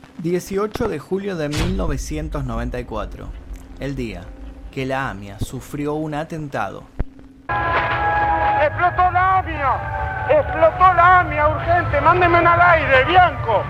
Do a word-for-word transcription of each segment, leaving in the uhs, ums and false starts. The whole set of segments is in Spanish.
dieciocho de julio de mil novecientos noventa y cuatro, el día que la AMIA sufrió un atentado. ¡Explotó la AMIA! ¡Explotó la AMIA! ¡Urgente! ¡Mándeme al aire, Bianco!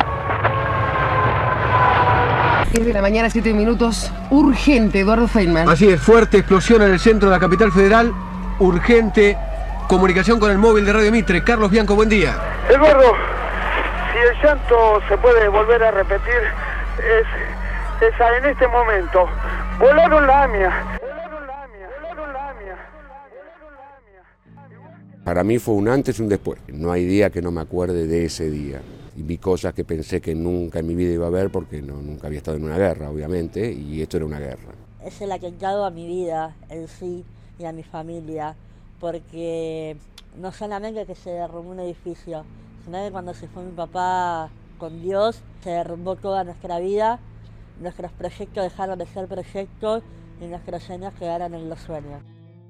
diez de la mañana, siete minutos. Urgente, Eduardo Feynman. Así es, fuerte explosión en el centro de la capital federal. Urgente comunicación con el móvil de Radio Mitre. Carlos Bianco, buen día. Eduardo, si el llanto se puede volver a repetir, es, es en este momento. Volaron la AMIA. Volaron la AMIA. Volaron la AMIA. Para mí fue un antes y un después. No hay día que no me acuerde de ese día. Y vi cosas que pensé que nunca en mi vida iba a ver porque no, nunca había estado en una guerra, obviamente, y esto era una guerra. Es el atentado a mi vida en sí y a mi familia, porque no solamente que se derrumbó un edificio, sino que cuando se fue mi papá con Dios, se derrumbó toda nuestra vida, nuestros proyectos dejaron de ser proyectos y nuestros sueños quedaron en los sueños.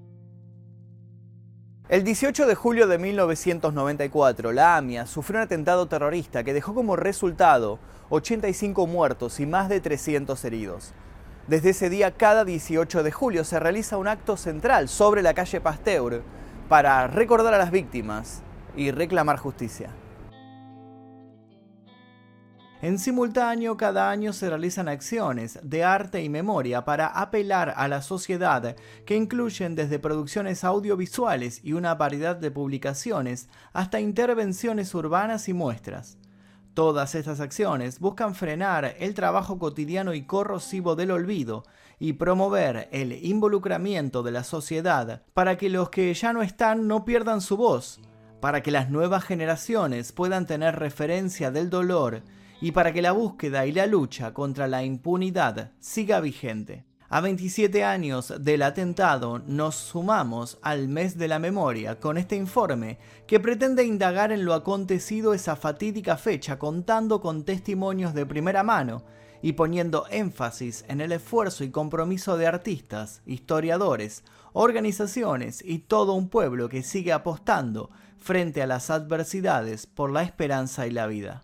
El dieciocho de julio de mil novecientos noventa y cuatro, la AMIA sufrió un atentado terrorista que dejó como resultado ochenta y cinco muertos y más de trescientos heridos. Desde ese día, cada dieciocho de julio se realiza un acto central sobre la calle Pasteur para recordar a las víctimas y reclamar justicia. En simultáneo, cada año se realizan acciones de arte y memoria para apelar a la sociedad, que incluyen desde producciones audiovisuales y una variedad de publicaciones hasta intervenciones urbanas y muestras. Todas estas acciones buscan frenar el trabajo cotidiano y corrosivo del olvido y promover el involucramiento de la sociedad para que los que ya no están no pierdan su voz, para que las nuevas generaciones puedan tener referencia del dolor y para que la búsqueda y la lucha contra la impunidad siga vigente. A veintisiete años del atentado nos sumamos al mes de la memoria con este informe que pretende indagar en lo acontecido esa fatídica fecha, contando con testimonios de primera mano y poniendo énfasis en el esfuerzo y compromiso de artistas, historiadores, organizaciones y todo un pueblo que sigue apostando frente a las adversidades por la esperanza y la vida.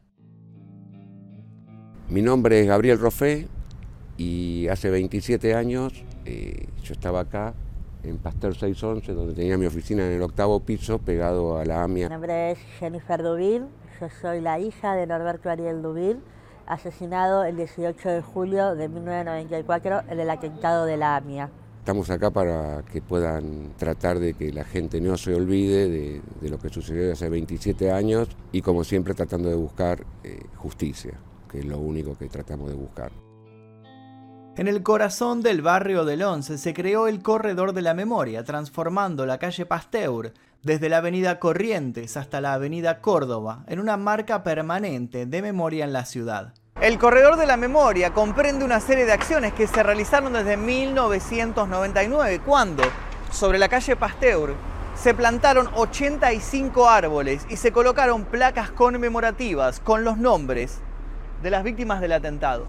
Mi nombre es Gabriel Roffé y hace veintisiete años eh, yo estaba acá en Pasteur seiscientos once, donde tenía mi oficina en el octavo piso, pegado a la AMIA. Mi nombre es Jennifer Duville, yo soy la hija de Norberto Ariel Duville, asesinado el dieciocho de julio de mil novecientos noventa y cuatro en el atentado de la AMIA. Estamos acá para que puedan tratar de que la gente no se olvide de, de lo que sucedió hace veintisiete años y, como siempre, tratando de buscar eh, justicia, que es lo único que tratamos de buscar. En el corazón del barrio del Once se creó el Corredor de la Memoria, transformando la calle Pasteur desde la avenida Corrientes hasta la avenida Córdoba en una marca permanente de memoria en la ciudad. El Corredor de la Memoria comprende una serie de acciones que se realizaron desde mil novecientos noventa y nueve, cuando, sobre la calle Pasteur, se plantaron ochenta y cinco árboles y se colocaron placas conmemorativas con los nombres de las víctimas del atentado.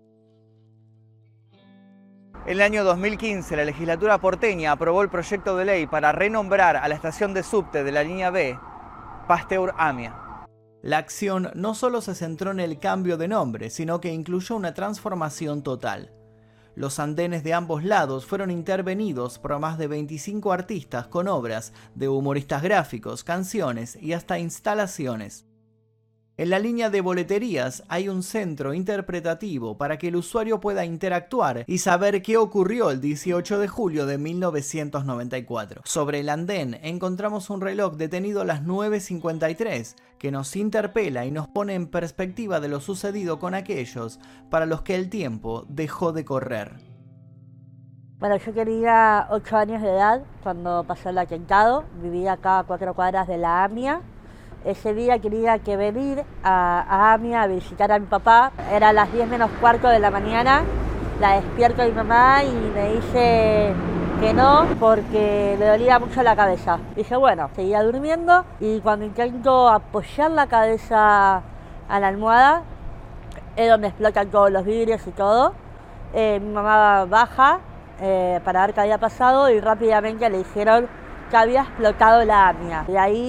En el año dos mil quince, la legislatura porteña aprobó el proyecto de ley para renombrar a la estación de subte de la línea B Pasteur AMIA. La acción no solo se centró en el cambio de nombre, sino que incluyó una transformación total. Los andenes de ambos lados fueron intervenidos por más de veinticinco artistas con obras de humoristas gráficos, canciones y hasta instalaciones. En la línea de boleterías hay un centro interpretativo para que el usuario pueda interactuar y saber qué ocurrió el dieciocho de julio de mil novecientos noventa y cuatro. Sobre el andén encontramos un reloj detenido a las nueve cincuenta y tres que nos interpela y nos pone en perspectiva de lo sucedido con aquellos para los que el tiempo dejó de correr. Bueno, yo tenía ocho años de edad cuando pasó el atentado, vivía acá a cuatro cuadras de la AMIA. Ese día quería que venir a, a AMIA a visitar a mi papá. Era las diez menos cuarto de la mañana. La despierto a mi mamá y me dice que no porque le dolía mucho la cabeza. Dije, bueno, seguía durmiendo y cuando intento apoyar la cabeza a la almohada, es donde explotan todos los vidrios y todo. Eh, mi mamá baja eh, para ver qué había pasado y rápidamente le dijeron que había explotado la AMIA. De ahí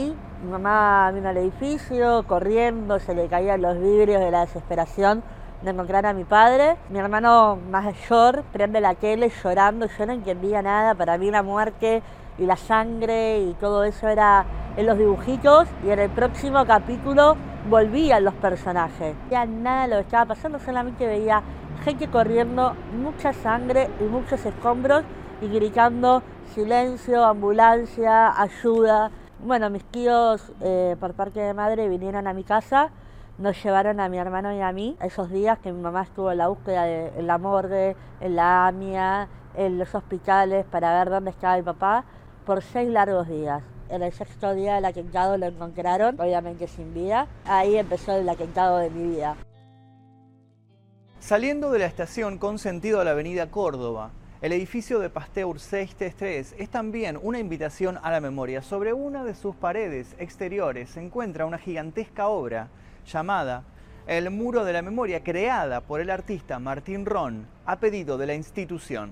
Mi mamá vino al edificio, corriendo, se le caían los vidrios de la desesperación de encontrar a mi padre. Mi hermano mayor prende la tele llorando, yo no entendía nada, para mí la muerte y la sangre y todo eso era en los dibujitos, y en el próximo capítulo volvían los personajes. No veía nada de lo que estaba pasando, solamente veía gente corriendo, mucha sangre y muchos escombros y gritando silencio, ambulancia, ayuda. Bueno, mis tíos eh, por parte de madre vinieron a mi casa, nos llevaron a mi hermano y a mí esos días que mi mamá estuvo en la búsqueda de, en la morgue, en la AMIA, en los hospitales para ver dónde estaba mi papá, por seis largos días. En el sexto día del atentado lo encontraron, obviamente sin vida. Ahí empezó el atentado de mi vida. Saliendo de la estación con sentido a la avenida Córdoba, el edificio de Pasteur seiscientos treinta y tres es también una invitación a la memoria. Sobre una de sus paredes exteriores se encuentra una gigantesca obra llamada El Muro de la Memoria, creada por el artista Martín Ron a pedido de la institución.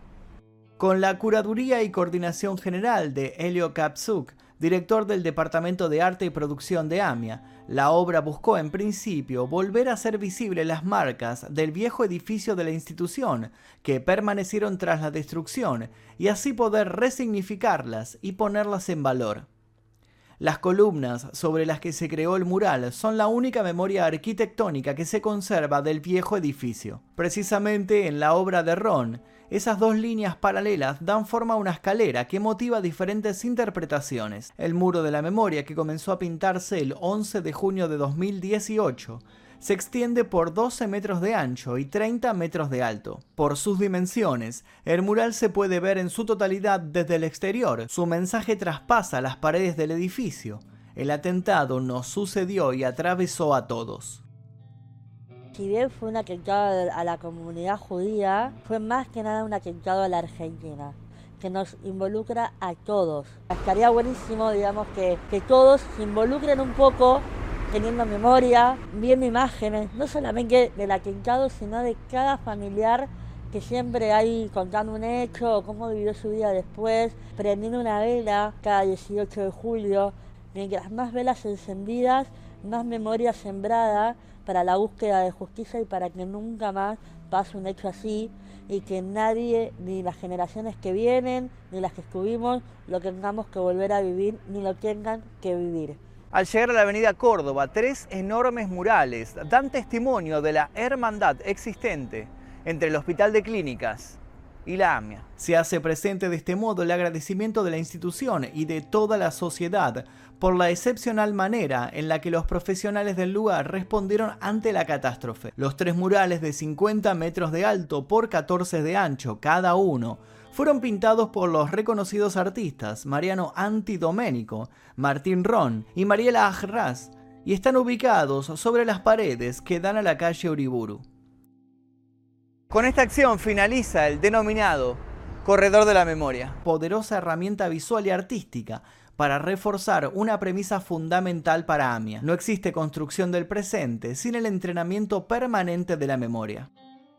Con la curaduría y coordinación general de Helio Kapsuk, director del Departamento de Arte y Producción de AMIA, la obra buscó en principio volver a hacer visibles las marcas del viejo edificio de la institución que permanecieron tras la destrucción y así poder resignificarlas y ponerlas en valor. Las columnas sobre las que se creó el mural son la única memoria arquitectónica que se conserva del viejo edificio. Precisamente en la obra de Ron, esas dos líneas paralelas dan forma a una escalera que motiva diferentes interpretaciones. El muro de la memoria, que comenzó a pintarse el once de junio de dos mil dieciocho, se extiende por doce metros de ancho y treinta metros de alto. Por sus dimensiones, el mural se puede ver en su totalidad desde el exterior. Su mensaje traspasa las paredes del edificio. El atentado nos sucedió y atravesó a todos. Si bien fue un atentado a la comunidad judía, fue más que nada un atentado a la Argentina, que nos involucra a todos. Estaría buenísimo, digamos, que, que todos se involucren un poco, teniendo memoria, viendo imágenes, no solamente del atentado, sino de cada familiar que siempre hay contando un hecho o cómo vivió su vida después, prendiendo una vela cada dieciocho de julio. Mientras más velas encendidas, más memoria sembrada para la búsqueda de justicia y para que nunca más pase un hecho así y que nadie, ni las generaciones que vienen, ni las que estuvimos, lo tengamos que volver a vivir, ni lo tengan que vivir. Al llegar a la avenida Córdoba, tres enormes murales dan testimonio de la hermandad existente entre el Hospital de Clínicas y la AMIA. Se hace presente de este modo el agradecimiento de la institución y de toda la sociedad por la excepcional manera en la que los profesionales del lugar respondieron ante la catástrofe. Los tres murales de cincuenta metros de alto por catorce de ancho cada uno fueron pintados por los reconocidos artistas Mariano Anti Domenico, Martín Ron y Mariela Ajraz y están ubicados sobre las paredes que dan a la calle Uriburu. Con esta acción finaliza el denominado Corredor de la Memoria, poderosa herramienta visual y artística para reforzar una premisa fundamental para AMIA. No existe construcción del presente sin el entrenamiento permanente de la memoria.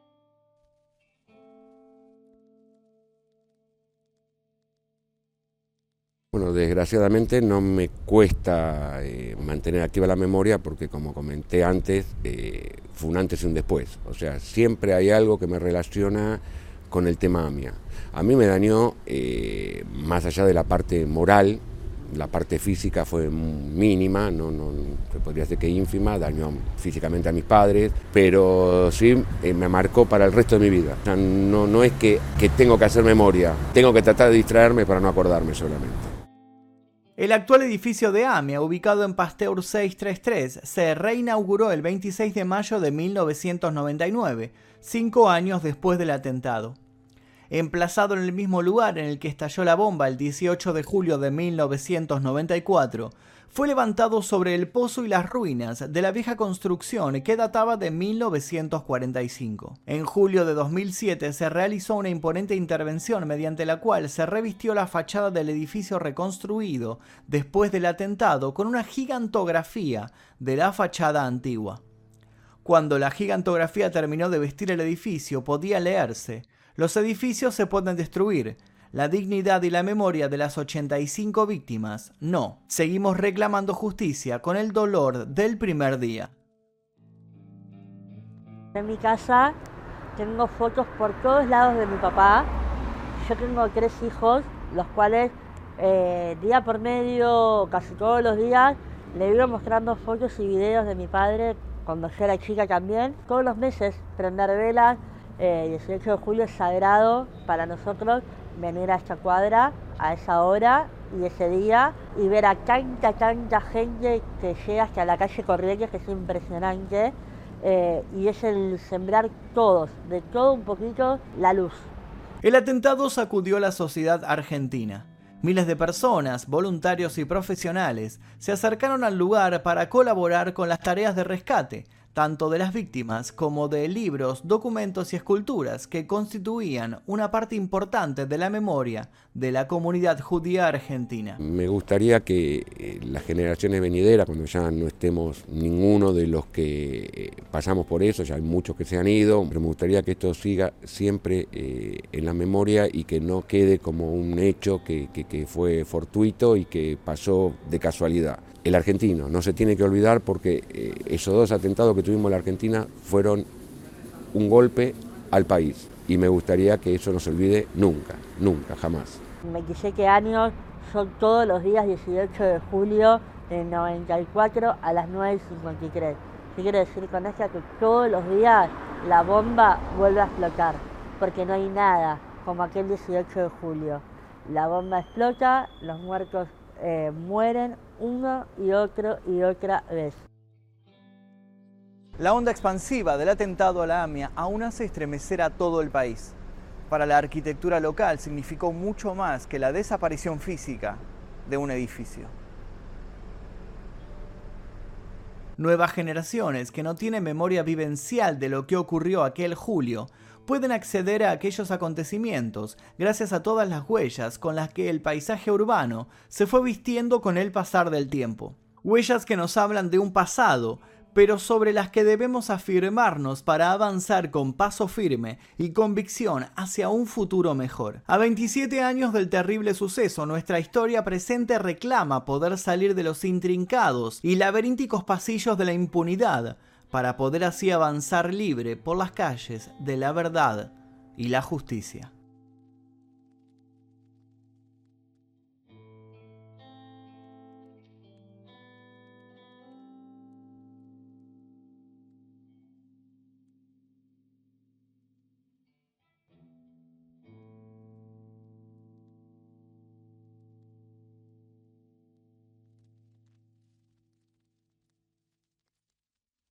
Bueno, desgraciadamente no me cuesta eh, mantener activa la memoria porque, como comenté antes, eh, fue un antes y un después. O sea, siempre hay algo que me relaciona con el tema AMIA. A mí me dañó, eh, más allá de la parte moral, la parte física fue mínima, no, no, se podría decir que ínfima, dañó físicamente a mis padres, pero sí eh, me marcó para el resto de mi vida. O sea, no, no es que, que tengo que hacer memoria, tengo que tratar de distraerme para no acordarme solamente. El actual edificio de AMIA, ubicado en Pasteur seiscientos treinta y tres, se reinauguró el veintiséis de mayo de mil novecientos noventa y nueve, cinco años después del atentado. Emplazado en el mismo lugar en el que estalló la bomba el dieciocho de julio de mil novecientos noventa y cuatro, fue levantado sobre el pozo y las ruinas de la vieja construcción que databa de mil novecientos cuarenta y cinco. En julio de dos mil siete se realizó una imponente intervención mediante la cual se revistió la fachada del edificio reconstruido después del atentado con una gigantografía de la fachada antigua. Cuando la gigantografía terminó de vestir el edificio, podía leerse: los edificios se pueden destruir, la dignidad y la memoria de las ochenta y cinco víctimas, no. Seguimos reclamando justicia con el dolor del primer día. En mi casa tengo fotos por todos lados de mi papá. Yo tengo tres hijos, los cuales eh, día por medio, casi todos los días, le iba mostrando fotos y videos de mi padre cuando yo era chica también. Todos los meses prender velas, eh, dieciocho de julio es sagrado para nosotros venir a esta cuadra a esa hora y ese día y ver a tanta, tanta gente que llega hasta la calle Corrientes, que es impresionante. Eh, y es el sembrar todos, de todo un poquito, la luz. El atentado sacudió la sociedad argentina. Miles de personas, voluntarios y profesionales, se acercaron al lugar para colaborar con las tareas de rescate, tanto de las víctimas como de libros, documentos y esculturas que constituían una parte importante de la memoria de la comunidad judía argentina. Me gustaría que eh, las generaciones venideras, cuando ya no estemos ninguno de los que eh, pasamos por eso, ya hay muchos que se han ido, pero me gustaría que esto siga siempre eh, en la memoria y que no quede como un hecho que, que, que fue fortuito y que pasó de casualidad. El argentino no se tiene que olvidar porque eh, esos dos atentados que tuvimos en la Argentina fueron un golpe al país y me gustaría que eso no se olvide nunca, nunca, jamás. veintisiete años son todos los días dieciocho de julio del noventa y cuatro a las nueve y cincuenta y tres. ¿Qué quiero decir con esto? Que todos los días la bomba vuelve a explotar, porque no hay nada como aquel dieciocho de julio. La bomba explota, los muertos eh, mueren uno y otro y otra vez. La onda expansiva del atentado a la AMIA aún hace estremecer a todo el país. Para la arquitectura local significó mucho más que la desaparición física de un edificio. Nuevas generaciones que no tienen memoria vivencial de lo que ocurrió aquel julio pueden acceder a aquellos acontecimientos gracias a todas las huellas con las que el paisaje urbano se fue vistiendo con el pasar del tiempo. Huellas que nos hablan de un pasado, pero sobre las que debemos afirmarnos para avanzar con paso firme y convicción hacia un futuro mejor. A veintisiete años del terrible suceso, nuestra historia presente reclama poder salir de los intrincados y laberínticos pasillos de la impunidad, para poder así avanzar libre por las calles de la verdad y la justicia.